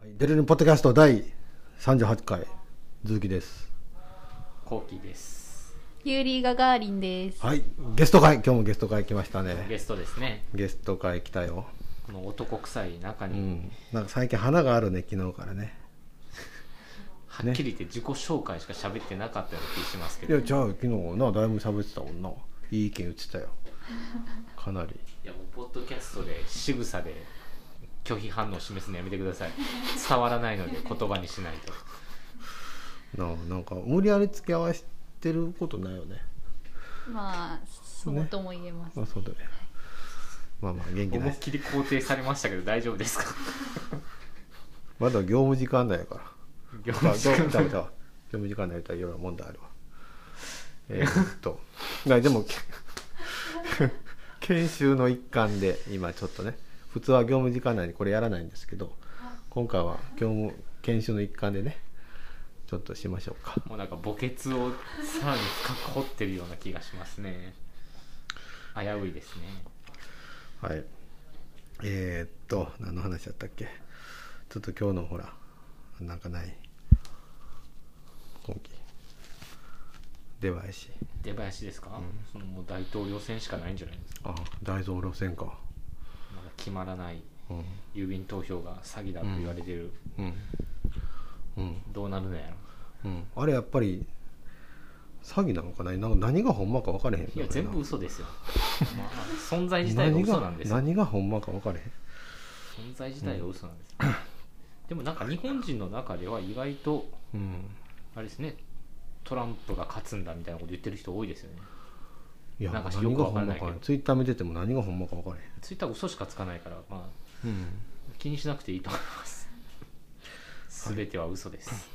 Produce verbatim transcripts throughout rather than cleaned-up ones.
デルヌポッドキャストだいさんじゅうはちかい、鈴木です。 コウキです。 ユーリー・ガガーリンです。 はい、ゲスト会、今日もゲスト会来ましたね。 ゲストですね。 ゲスト会来たよ。 この男臭い中に、 うん、なんか最近花があるね、昨日からね。 はっきり言って自己紹介しか喋ってなかったような気しますけど。 いや、じゃあ昨日な、だいぶ喋ってたもんな。いい意見言ってたよ。かなり。 いや、もうポッドキャストで仕草で拒否反応を示すのやめてください。伝わらないので言葉にしないと。 ななんか無理やり付き合わせてることないよね。 まあそうとも言えます、 ね、まあそうだね。まあまあ元気ない。 思いっきり肯定されましたけど大丈夫ですか？ まだ業務時間内やから。 業務時間内。 業務時間内やったらいろいろ問題あるわ。えー、っとでも研修の一環で今ちょっとね、普通は業務時間内にこれやらないんですけど、今回は業務研修の一環でね、ちょっとしましょうか。 もうなんか墓穴をさらに深く掘ってるような気がしますね。危ういですね。 はい。えー、っと何の話だったっけ。ちょっと今日のほらなんかない今期出囃子出囃子ですか、うん、そのもう大統領選しかないんじゃないですか。 あ、大統領選か。 まだ決まらない、うん、郵便投票が詐欺だと言われてる、 うんうん、 どうなるのやろ、 うん、あれやっぱり詐欺なのかな、なんか何がほんまか分かれへん。いや全部嘘ですよ。まあ、存在自体が嘘なんですよ。 何がほんまか分かれへん。 存在自体が嘘なんですよ、うん、でもなんか日本人の中では意外と、うん、あれですね、トランプが勝つんだみたいなこと言ってる人多いですよね。いや、なんかよく分からないけど、 ツイッター見てても何がほんまか分からへん。 ツイッター嘘しかつかないから、まあ、うん、気にしなくていいと思います。すべては嘘です、はい、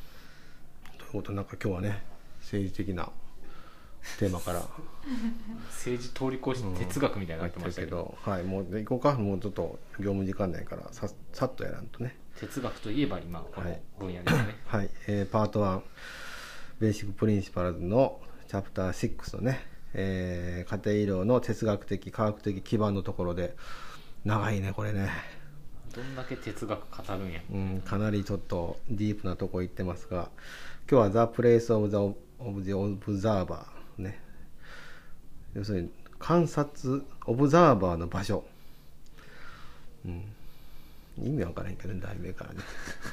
ということで、なんか今日はね、政治的なテーマから政治通り越して哲学みたいになってましたけど、 うん、はい、もう行こうか。もうちょっと業務時間内からささっとやらんとね。 哲学といえば今この分野ですね。 はい、はい、えー、パートワンベーシックプリンシパルズのチャプターシックスのね、えー、家庭医療の哲学的科学的基盤のところで、長いねこれね。 どんだけ哲学語るんや、 うん、かなりちょっとディープなとこ行ってますが、今日は The Place of the, of the Observer ね、要するに観察オブザーバーの場所、うん、意味わからへんけどね、題名からね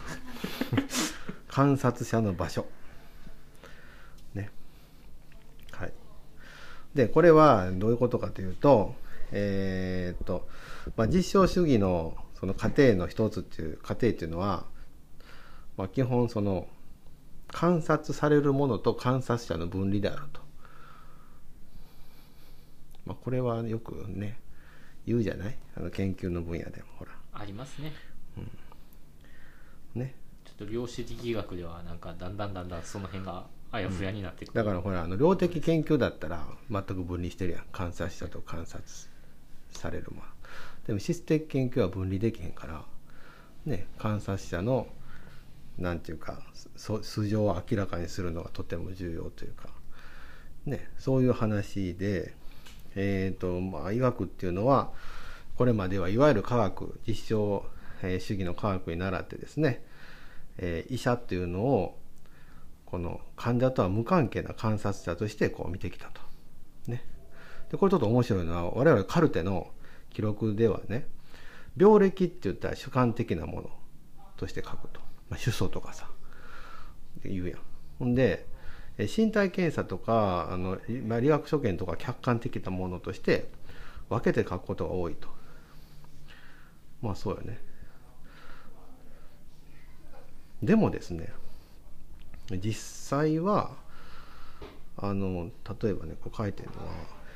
観察者の場所ね。はい。でこれはどういうことかというと、えー、っと、まあ、実証主義のその過程の一つっていう過程っていうのは、まあ、基本その観察されるものと観察者の分離であると。まあ、これはよくね言うじゃない、あの研究の分野でもほらありますね、 うん、ね。 ちょっと量子力学ではなんかだんだんだんだんその辺があやふやになってくる、 うん、だからほら、あの量的研究だったら全く分離してるやん、観察者と観察されるもの。でも質的研究は分離できへんからね、観察者のなんていうか素性を明らかにするのがとても重要というかね、そういう話で、えーとまあ、医学っていうのはこれまではいわゆる科学実証主義の科学に倣ってですね、えー、医者っていうのをこの患者とは無関係な観察者としてこう見てきたと、ね。でこれちょっと面白いのは、我々カルテの記録ではね、病歴って言ったら主観的なものとして書くと、まあ、主訴とかさ言うやん。ほんで身体検査とかあの、まあ、理学所見とか客観的なものとして分けて書くことが多いと。まあそうよね。でもですね、実際はあの例えばね、こう書いてるのは、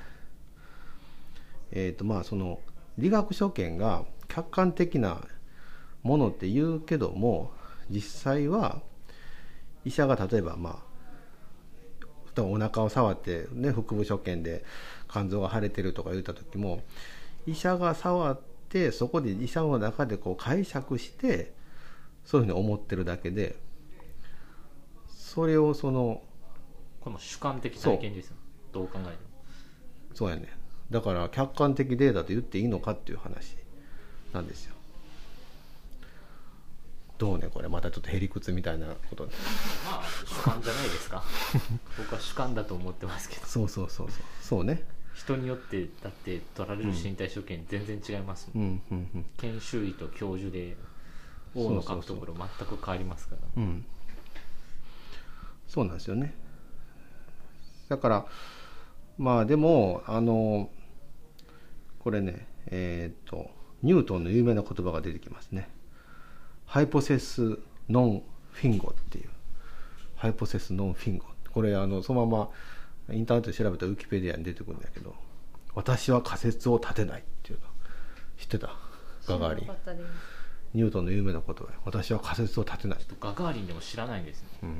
えーとまあその理学所見が客観的なものって言うけども、実際は医者が例えばまあお腹を触って、ね、腹部所見で肝臓が腫れてるとか言った時も、医者が触ってそこで医者の中でこう解釈してそういうふうに思ってるだけで、それをそのこの主観的体験ですよ、どう考えても。 そうやね。だから客観的データと言っていいのかっていう話なんですよ。 どうねこれまたちょっとへりくつみたいなことまあ主観じゃないですか僕は主観だと思ってますけどそうそうそうそうそうね人によってだって取られる身体所見全然違いますもん、 うんうんうん、 研修医と教授で王の書くところ全く変わりますから。 うん、そうなんですよね。だからまあでもあのこれねえっとニュートンの有名な言葉が出てきますね。ハイポセスノンフィンゴっていうハイポセスノンフィンゴこれあのそのままインターネットで調べたらウィキペディアに出てくるんだけど私は仮説を立てないっていうの知ってたガガーリンニュートンの有名な言葉で私は仮説を立てないちょっとガガーリンでも知らないんですね、うん、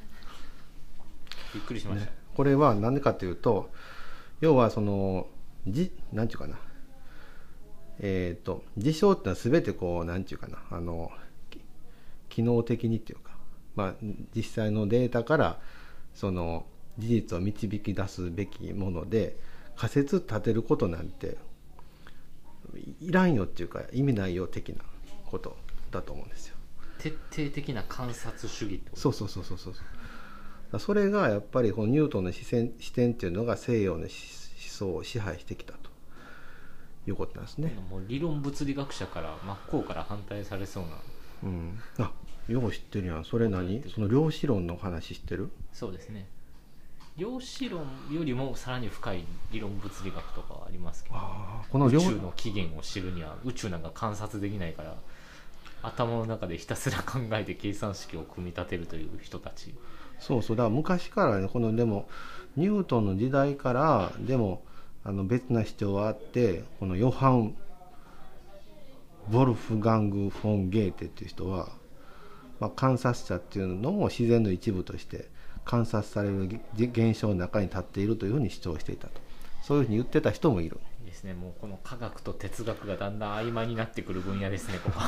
びっくりしました、ね、 これは何でかというと要はそのじなんていうかなえーと事象ってのは全てこうなんていうかなあの機能的にっていうか、まあ、実際のデータからその事実を導き出すべきもので仮説立てることなんていらんよっていうか意味ないよ的なことだと思うんですよ。 徹底的な観察主義ってこと。 そうそうそうそうそうそれがやっぱりこのニュートンの視線、視点っていうのが西洋の思想を支配してきたということなんですね。 もう理論物理学者から真っ向から反対されそうな、 うん、あよう知ってるやん。それ何その量子論の話知ってる？ そうですね。量子論よりもさらに深い理論物理学とかはありますけど、あこの宇宙の起源を知るには宇宙なんか観察できないから頭の中でひたすら考えて計算式を組み立てるという人たち。 そうそうだから昔からねこのでもニュートンの時代からでもあの別な主張はあってこのヨハン・ボルフガング・フォン・ゲーテっていう人は、まあ、観察者っていうのも自然の一部として観察される現象の中に立っているというふうに主張していたとそういうふうに言ってた人もいるいいですね。もうこの科学と哲学がだんだん曖昧になってくる分野ですねここ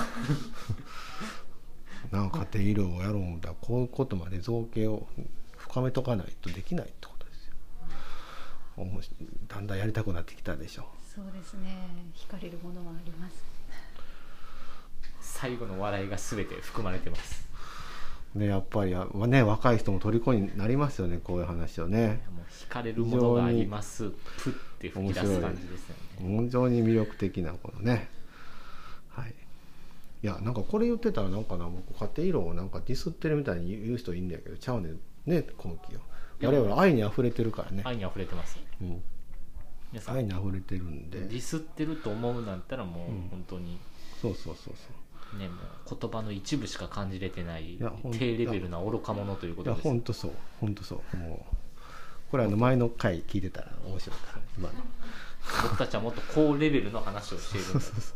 なんか家庭医療をやろう思ったらこういうことまで造形を深めとかないとできないってことですよ。だんだんやりたくなってきたでしょ。 そうですね。惹かれるものはあります。 最後の笑いが全て含まれてますね、やっぱり、ね、若い人も虜になりますよねこういう話をね。 もう惹かれるものがありますプッて吹き出す感じですよね。 非常に魅力的なこのね、はい、いやなんかこれ言ってたらなんかな僕家庭医療をなんかディスってるみたいに言う人いるんだけどちゃうねんね小麦よ。我々愛にあふれてるからね。 愛にあふれてます、うん、 愛にあふれてるんでディスってると思うなんたらもう本当に、うん、 そうそうそうそうね、もう言葉の一部しか感じれてない低レベルな愚か者ということです。 いや本当そう本当そうもうこれあの前の回聞いてたら面白いから今の僕たちはもっと高レベルの話をしているんだそうそうそう、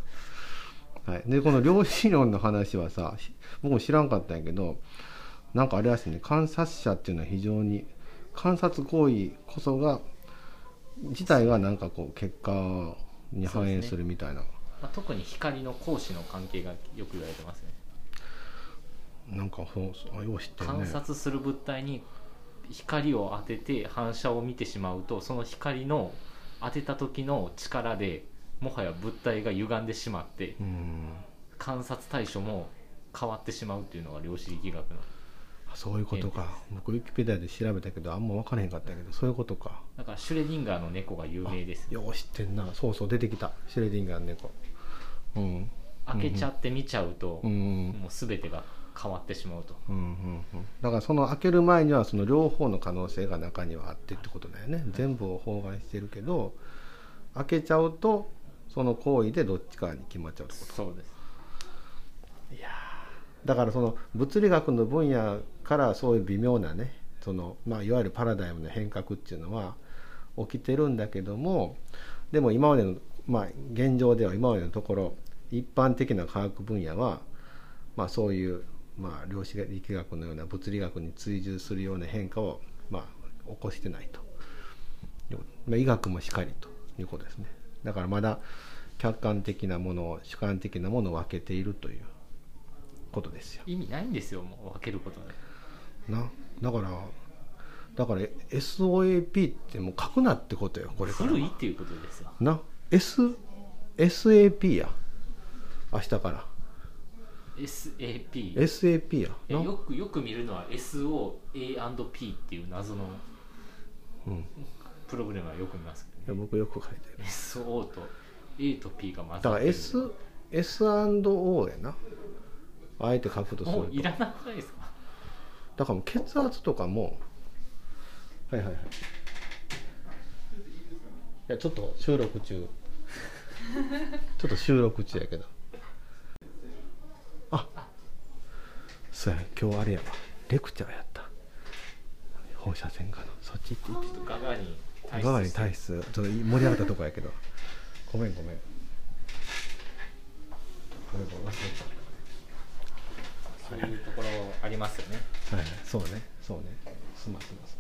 はい、でこの量子論の話はさ僕も知らんかったんやけどなんかあれらしいね観察者っていうのは非常に観察行為こそが自体がなんかこう結果に反映するみたいな、 まあ、特に光の光子の関係がよく言われてますね。 なんかそうそうよう知ってるね。 観察する物体に光を当てて反射を見てしまうとその光の当てた時の力でもはや物体が歪んでしまってうん観察対象も変わってしまうっていうのが量子力学の。 そういうことか。僕ウィキペディアで調べたけどあんま分からへんかったけどそういうことか。 だからシュレディンガーの猫が有名です。 よう知ってんな。そうそう出てきたシュレディンガーの猫。うん、 開けちゃって見ちゃうと、うん、もう全てが変わってしまうと、 うんうんうん、だからその開ける前にはその両方の可能性が中にはあってってことだよね、はい、全部を包含してるけど開けちゃうとその行為でどっちかに決まっちゃうってこと。 そうです。 いやだからその物理学の分野からそういう微妙なねその、まあ、いわゆるパラダイムの変革っていうのは起きてるんだけどもでも今までのまあ、現状では今までのところ一般的な科学分野は、まあ、そういう、まあ、量子力学のような物理学に追従するような変化を、まあ、起こしてないと、まあ、医学もしかりということですね。だからまだ客観的なものを主観的なものを分けているということですよ。 意味ないんですよもう分けることでな。だからだから エスオーエーピー ってもう書くなってことよこれから。 古いっていうことですよな。S、エスエーピー や明日からエスエーピー。 エスエーピー やよくよく見るのは エスオーエーアンドピー っていう謎のプログラムはよく見ますけど、ね、 いや僕よく書いてる。 エスオー と A と P が混ざってる。 だから S S アンド O やな、あえて書くとすると。 もういらなくないですか。 だからもう血圧とかも、はいはいはい、いやちょっと収録中ちょっと収録中やけど、あ、そうや、今日あれやわ、レクチャーやった、放射線科の、そっち行って行って、 ちょっとガガに体質ガガに体質ちょっと盛り上がったとこやけど、ごめんごめんごめんごめん、忘れた。 そういうところありますよね。 はい、そうねそうね、すますます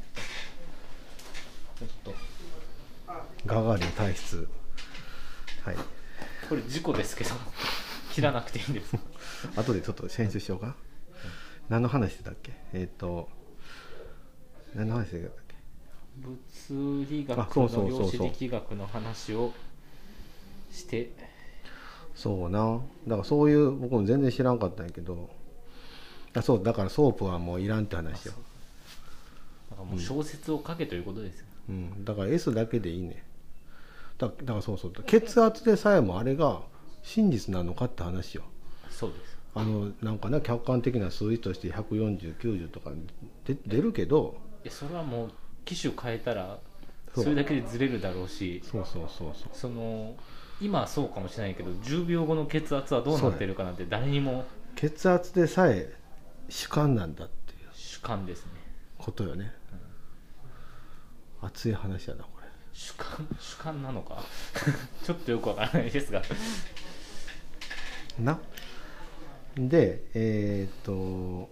ちょっとガガーリン体質、はい、 これ事故ですけど切らなくていいんです後でちょっと編集しようか、うん、何の話してたっけ、えっ、ー、と何の話してたっけ、 物理学の量子力学の話をして、 そうな、だからそういう僕も全然知らんかったんやけど、あ、そうだからソープはもういらんって話よ。 だからもう小説を書けということですよ、 うんうん、だから S だけでいいね。だ, だからそうそう、血圧でさえもあれが真実なのかって話よ。 そうです。 あのなんかね、客観的な数字としてひゃくよんじゅう、きゅうじゅうとかで出るけど、 いやそれはもう機種変えたらそれだけでずれるだろうし、 そうそうそうそう、 その今はそうかもしれないけどじゅうびょうごの血圧はどうなってるかなんて誰にも、 血圧でさえ主観なんだっていう主観ですね、 ことよね、うん、熱い話やなこれ。 主観主観なのかちょっとよくわからないですがなでえー、っと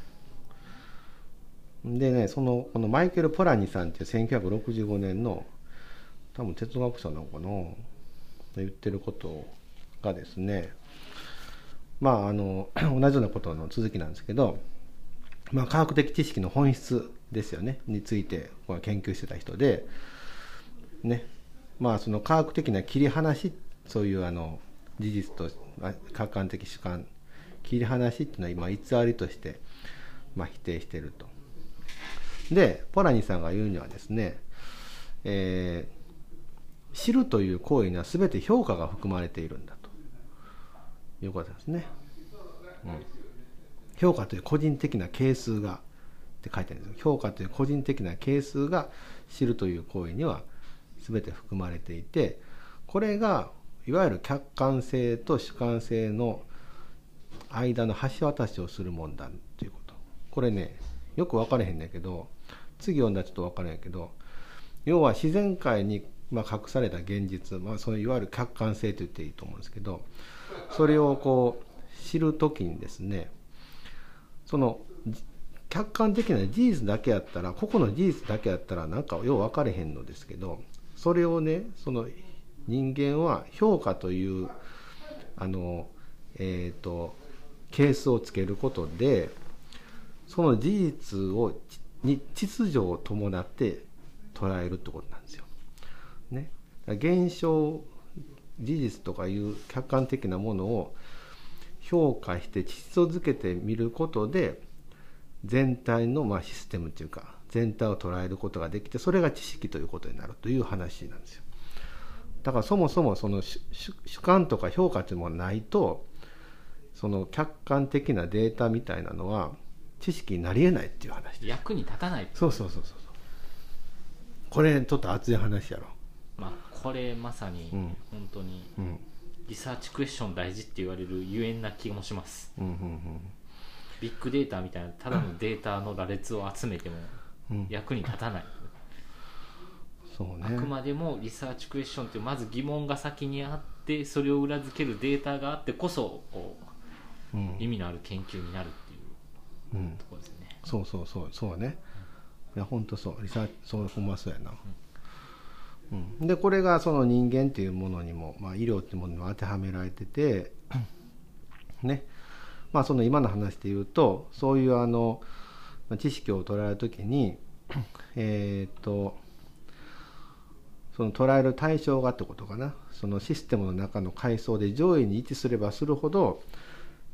でね、そのこのマイケル・ポラニさんっていうせんきゅうひゃくろくじゅうごねんの多分哲学者なのかな、言ってることがですね、まああの同じようなことの続きなんですけど、まあ、科学的知識の本質ですよねについて研究してた人でね、まあその科学的な切り離し、そういうあの事実と客観的主観切り離しっていうのは今偽りとしてまあ否定していると。でポラニさんが言うにはですね、えー、知るという行為には全て評価が含まれているんだということですね、うん、評価という個人的な係数がって書いてあるんですよ。評価という個人的な係数が知るという行為には全て含まれていて、これがいわゆる客観性と主観性の間の橋渡しをするもんだということ。これねよく分からへんねんけど、次読んだらちょっと分からへんけど、要は自然界にまあ隠された現実、まあ、そのいわゆる客観性と言っていいと思うんですけど、それをこう知るときにですね、その客観的な事実だけやったら、個々の事実だけやったらなんかよう分かれへんのですけど、それをね、その人間は評価というあのえっと係数をつけることで、その事実をに秩序を伴って捉えるってことなんですよ。ね、現象事実とかいう客観的なものを評価して秩序づけてみることで、全体のまあシステムというか全体を捉えることができて、それが知識ということになるという話なんですよ。だからそもそもその主観とか評価というものがないと、その客観的なデータみたいなのは知識になり得ないっていう話です。 役に立たない。 そうそうそうそう。これちょっと熱い話やろ。 まあこれまさに本当にリサーチクエスチョン大事って言われるゆえんな気もします、うんうんうん、ビッグデータみたいなただのデータの羅列を集めても役に立たない、うん、そうね、あくまでもリサーチクエスチョンってまず疑問が先にあって、それを裏付けるデータがあってこそこう、うん、意味のある研究になるっていうところですね、 うん、そうそうそうそうね、いや本当そう、リサーチそうほんまそうやな、うんうん、でこれがその人間っていうものにも、まあ、医療っていうものにも当てはめられててね、まあその今の話で言うと、そういうあの知識を捉えるときにえっとその捉える対象がってことかな、そのシステムの中の階層で上位に位置すればするほど、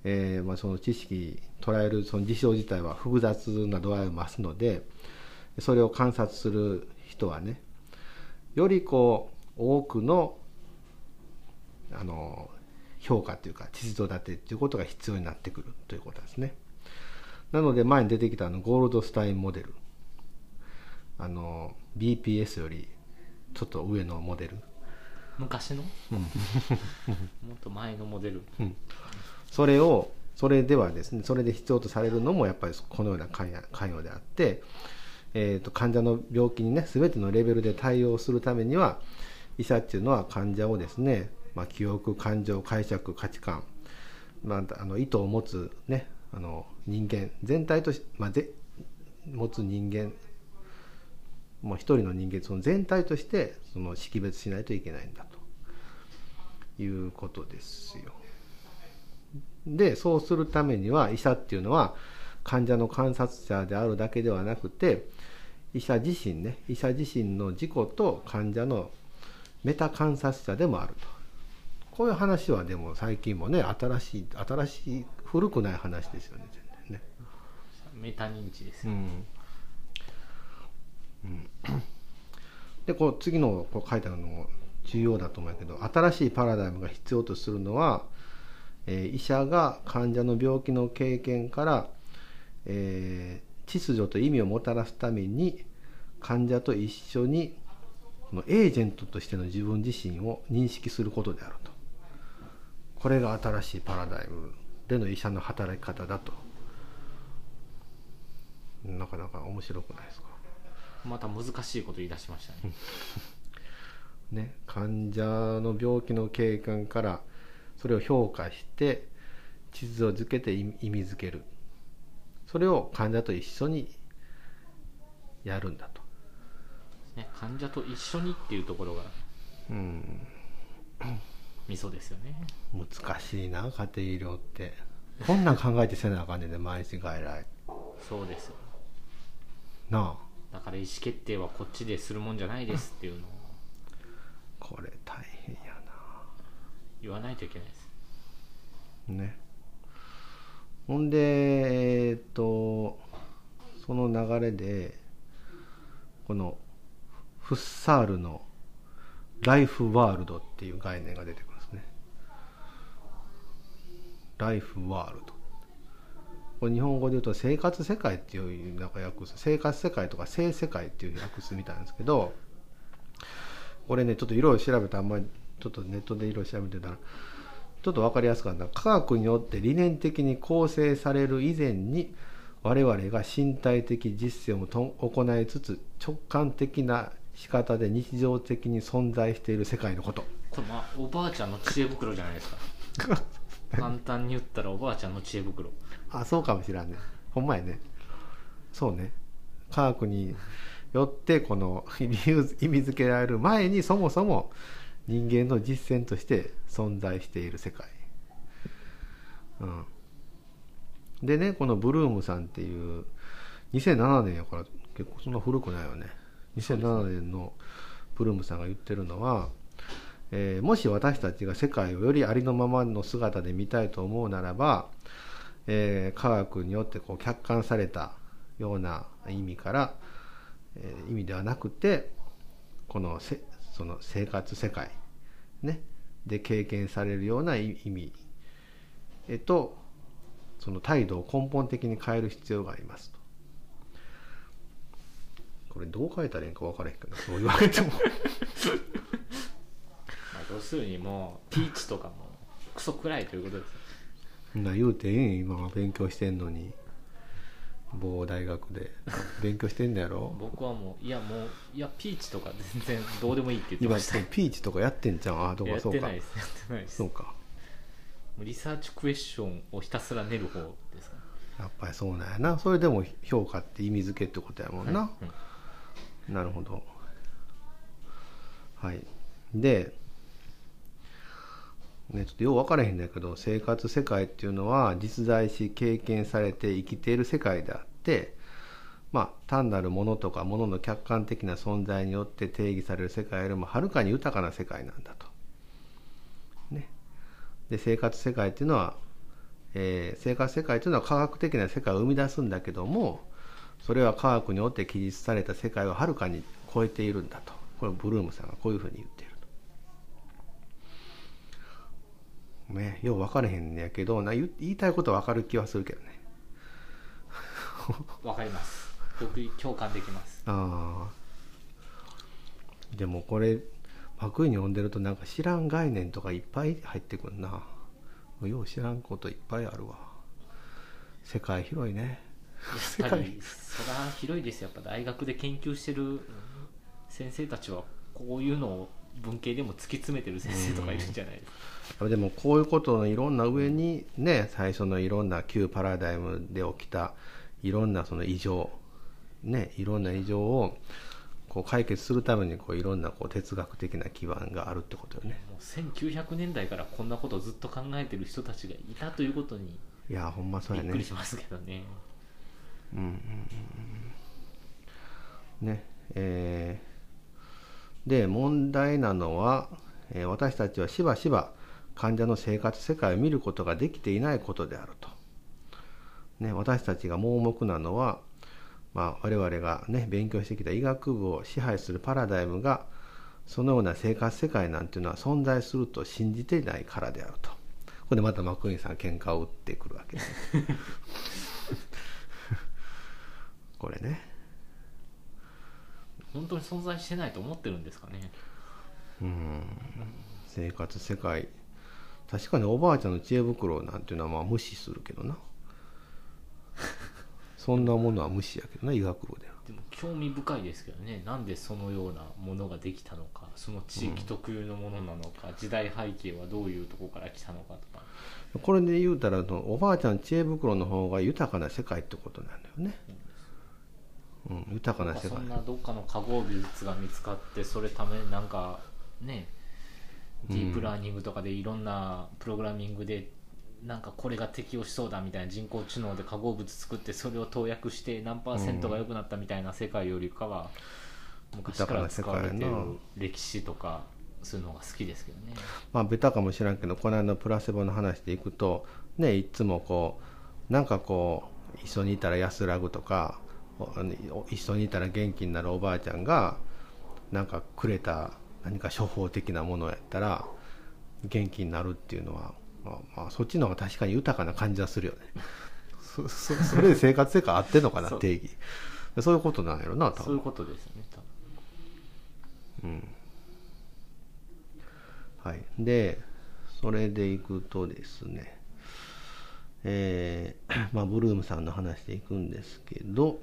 えーまあ、その知識捉えるその事象自体は複雑な度合いを増すので、それを観察する人はね、よりこう多くのあの評価というか秩序立てということが必要になってくるということですね。なので前に出てきたあのゴールドスタインモデル、あの ビーピーエス よりちょっと上のモデル、 昔の、うん、もっと前のモデル、 うん、それをそれではですね、それで必要とされるのもやっぱりこのような関与であって、えー、と患者の病気にね全てのレベルで対応するためには、医者っていうのは患者をですね、まあ、記憶、感情、解釈、価値観、まあ、あの意図を持つね、あの人間全体とし、まあ、で持つ人間、もう一人の人間その全体としてその識別しないといけないんだということですよ。でそうするためには医者っていうのは患者の観察者であるだけではなくて、医者自身ね、医者自身の自己と患者のメタ観察者でもあると。こういう話はでも最近もね、新しい新しい古くない話ですよね、全然ね。 メタ認知ですよ、 うんうん、でこう次のこう書いてあるのも重要だと思うけど、新しいパラダイムが必要とするのは、えー、医者が患者の病気の経験から、えー、秩序と意味をもたらすために患者と一緒にエージェントとしての自分自身を認識することであると。これが新しいパラダイムでの医者の働き方だと。なかなか面白くないですか。 また難しいこと言い出しましたねね、患者の病気の経験からそれを評価して秩序づけて意味づける、それを患者と一緒にやるんだと、 ね、患者と一緒にっていうところが、うん、ミソですよね。 難しいな、家庭医療って。こんなん考えてせなあかんねんで、毎日外来。 そうですよなあ。 だから意思決定はこっちでするもんじゃないですっていうのをこれ大変やな、 言わないといけないですね。ほんでえー、っとその流れでこのフッサールのライフワールドっていう概念が出てくるんですね。ライフワールド、これ日本語で言うと生活世界っていうなんか訳す、生活世界とか生世界っていう訳すみたいなんですけど、これねちょっといろいろ調べて、あんまりちょっとネットでいろいろ調べてたらちょっと分かりやすかった。科学によって理念的に構成される以前に我々が身体的実践をと行いつつ直感的な仕方で日常的に存在している世界のこと。 これまあおばあちゃんの知恵袋じゃないですか簡単に言ったらおばあちゃんの知恵袋。 あ、そうかもしれんね。ほんまやね。そうね。科学によってこの意味づけられる前にそもそも人間の実践として存在している世界、うん、でね、このブルームさんっていうにせんななねんやから結構そんな古くないよね。にせんななねんのブルームさんが言ってるのは、えー、もし私たちが世界をよりありのままの姿で見たいと思うならば、えー、科学によってこう客観されたような意味から、えー、意味ではなくてこのせその生活世界、ね、で経験されるような意味へとその態度を根本的に変える必要がありますと。これどう書いたらいいか分からへんけど、そう言われても要するにもうピーチとかもクソくらいということです。 そんな言うてええん、今は勉強してんのに。某大学で勉強してんだやろ僕はもういやもういやピーチとか全然どうでもいいって言ってました。 今ピーチとかやってんじゃん。あ、どうかそうか。 やってないですやってないです。 そうか。 リサーチクエスチョンをひたすら練る方ですか、ね、 やっぱりそうなんやな。それでも評価って意味付けってことやもんな、はいうん、なるほど。はい。でね、ちょっとよう分からへんだけど、生活世界っていうのは実在し経験されて生きている世界であって、まあ単なるものとかものの客観的な存在によって定義される世界よりもはるかに豊かな世界なんだと、ね、で生活世界っていうのは、 えー、生活世界というのは科学的な世界を生み出すんだけども、それは科学によって記述された世界をはるかに超えているんだと。これブルームさんがこういうふうに言っていると、ね、よう分からへんねやけどな、言いたいことは分かる気はするけどね。 分かります、僕共感できます。 ああ、でもこれパクイに読んでるとなんか知らん概念とかいっぱい入ってくるな。よう知らんこといっぱいあるわ。世界広いね。 やっぱりそりゃ広いですよ。やっぱ大学で研究してる先生たちはこういうのを文系でも突き詰めてる先生とかいるんじゃないですか。 でもこういうことのいろんな上にね、最初のいろんな旧パラダイムで起きたいろんなその異常ね、いろんな異常をこう解決するためにこういろんなこう哲学的な基盤があるってことよね。 もうせんきゅうひゃくねんだいからこんなことをずっと考えてる人たちがいたということにいやほんまそうやね。 びっくりしますけどね。 うんうんうんねえー、で問題なのは、えー、私たちはしばしば患者の生活世界を見ることができていないことであると、ね、私たちが盲目なのは、まあ、我々が、ね、勉強してきた医学部を支配するパラダイムがそのような生活世界なんていうのは存在すると信じていないからであると。ここでまたマクイーンさん喧嘩を打ってくるわけですこれね、 本当に存在してないと思ってるんですかね。 うん、生活世界、確かにおばあちゃんの知恵袋なんていうのはまあ無視するけどなそんなものは無視やけどな、医学部では。 でも興味深いですけどね。なんでそのようなものができたのか、その地域特有のものなのか、うん、時代背景はどういうところから来たのかとか。 これで言うたらおばあちゃんの知恵袋の方が豊かな世界ってことなんだよね、うん、豊かな世界。 そんなどっかの化合物が見つかってそれためなんかね、ディープラーニングとかでいろんなプログラミングでなんかこれが適応しそうだみたいな人工知能で化合物作ってそれを投薬して何パーセントが良くなったみたいな世界よりかは昔から使われてる歴史とかそういうのが好きですけどね。 まあベタかもしれんけど、この間のプラセボの話でいくとね、いつもこうなんかこう一緒にいたら安らぐとか一緒にいたら元気になるおばあちゃんがなんかくれた何か処方的なものやったら元気になるっていうのは、まあ、まあそっちの方が確かに豊かな感じはするよねそ, そ, それで生活世界合ってんのかな定義そ, そういうことなんやろな多分。 そういうことですね多分。 うんはい、でそれでいくとですね、えーまあ、ブルームさんの話でいくんですけど、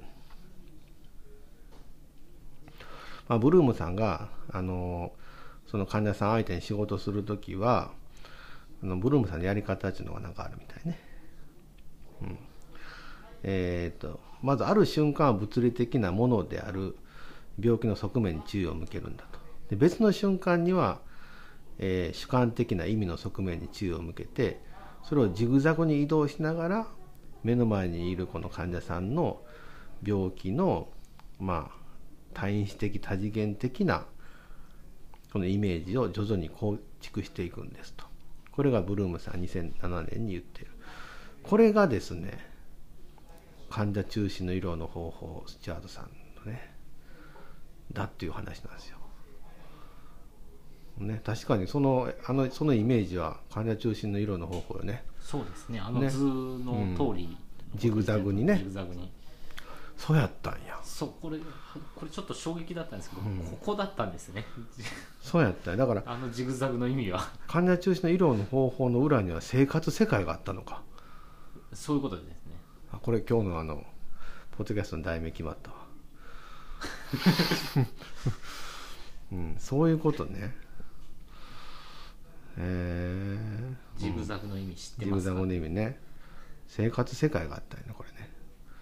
まあ、ブルームさんがあのその患者さん相手に仕事するときはあのブルームさんのやり方っていうのがなんかあるみたいね、うんえー、とまずある瞬間は物理的なものである病気の側面に注意を向けるんだと。で別の瞬間にはえー、主観的な意味の側面に注意を向けてそれをジグザグに移動しながら目の前にいるこの患者さんの病気のまあ単因子的多次元的なこのイメージを徐々に構築していくんですと。これがブルームさんにせんななねんに言っている。これがですね患者中心の医療の方法スチュアートさんのねだっていう話なんですよね、確かにその、あの、そのイメージは患者中心の医療の方法よね。 そうですね、あの図の通り、ねうん、ジグザグにね。 ジグザグにそうやったんや。 そうこれこれちょっと衝撃だったんですけど、うん、ここだったんですねそうやったんや。だからあのジグザグの意味は患者中心の医療の方法の裏には生活世界があったのか。 そういうことですね。 あこれ今日のあのポッドキャストの題名決まったわ、うん、そういうことね。えー、ジグザグの意味知ってますか？ ジグザグの意味ね、生活世界があったよねこれね、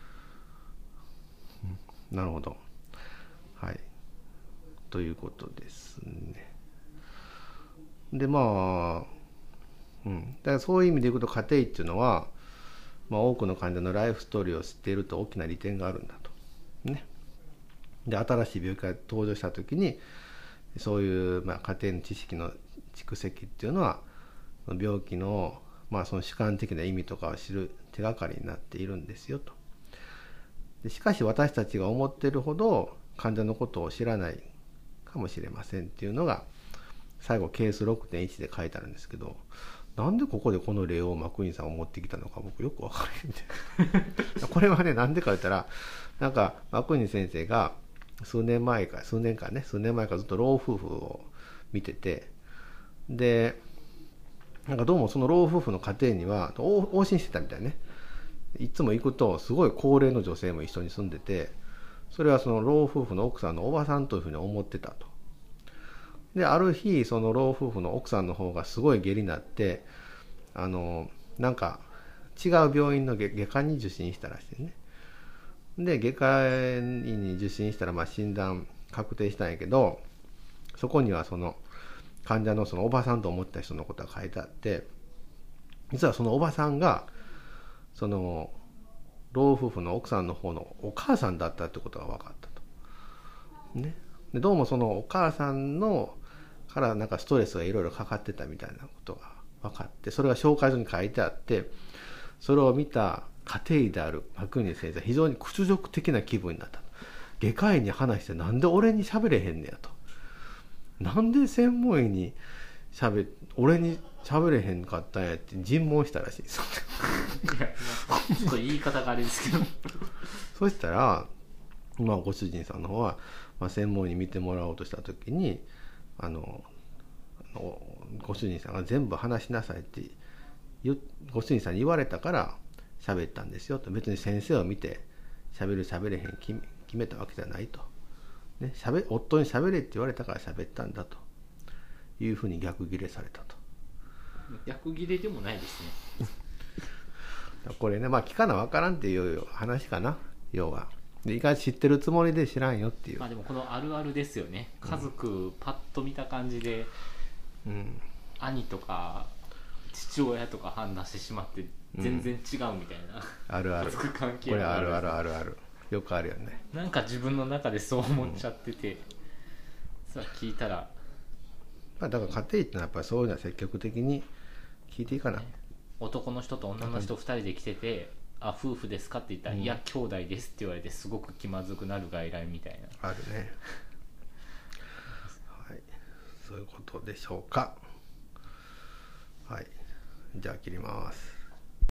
うん、なるほど。はいということですね。でまあ、うん、だからそういう意味でいくと家庭医っていうのは、まあ、多くの患者のライフストーリーを知っていると大きな利点があるんだと、ね、で新しい病気が登場した時にそういう、まあ、家庭の知識の蓄積っていうのは病気の、 まあ、その主観的な意味とかを知る手がかりになっているんですよと。でしかし私たちが思っているほど患者のことを知らないかもしれませんっていうのが最後ケース ろくてんいち で書いてあるんですけど、なんでここでこの例をマクニンさんが持ってきたのか僕よく分からへんでこれはね、なんでか言ったら、なんかマクニン先生が数年前か数年間ね数年前からずっと老夫婦を見てて、でなんかどうもその老夫婦の家庭には往診してたみたいね。いつも行くとすごい高齢の女性も一緒に住んでて、それはその老夫婦の奥さんのおばさんというふうに思ってたと。である日その老夫婦の奥さんの方がすごい下痢になって、あのなんか違う病院の外科に受診したらしいね。で外科医に受診したらまあ診断確定したんやけど、そこにはその患者のそのおばさんと思った人のことが書いてあって、実はそのおばさんがその老夫婦の奥さんの方のお母さんだったってことが分かったと、ね、でどうもそのお母さんのからなんかストレスがいろいろかかってたみたいなことが分かって、それが紹介書に書いてあって、それを見た家庭医であるマクニン先生は非常に屈辱的な気分になったと。外科医に話してなんで俺に喋れへんねやと、なんで専門医にしゃべ俺に喋れへんかったんやって尋問したらしいですよいやちょっと言い方があれですけどそしたら、まあ、ご主人さんの方は、まあ、専門医に見てもらおうとした時にあのご主人さんが全部話しなさいってご主人さんに言われたから喋ったんですよと。別に先生を見て喋る喋れへん決め、決めたわけじゃないと、ね、しゃべ夫に喋れって言われたから喋ったんだというふうに逆ギレされたと。 逆ギレでもないですねこれね、まあ聞かな分からんっていう話かな、要は。で意外と知ってるつもりで知らんよっていう。 まあでもこのあるあるですよね。家族パッと見た感じで、うん、兄とか父親とか判断してしまって全然違うみたいな、うん、 あるある。 関係これあるあるあるある。よくあるよね。 なんか自分の中でそう思っちゃってて、うん、さあ聞いたら、 まあ、だから家庭医ってのはやっぱりそういうのは積極的に聞いていいかな。 男の人と女の人ふたりで来てて、あ夫婦ですかって言ったら、うん、いや兄弟ですって言われてすごく気まずくなる外来みたいな。 あるねはい、そういうことでしょうか。はい、じゃあ切ります。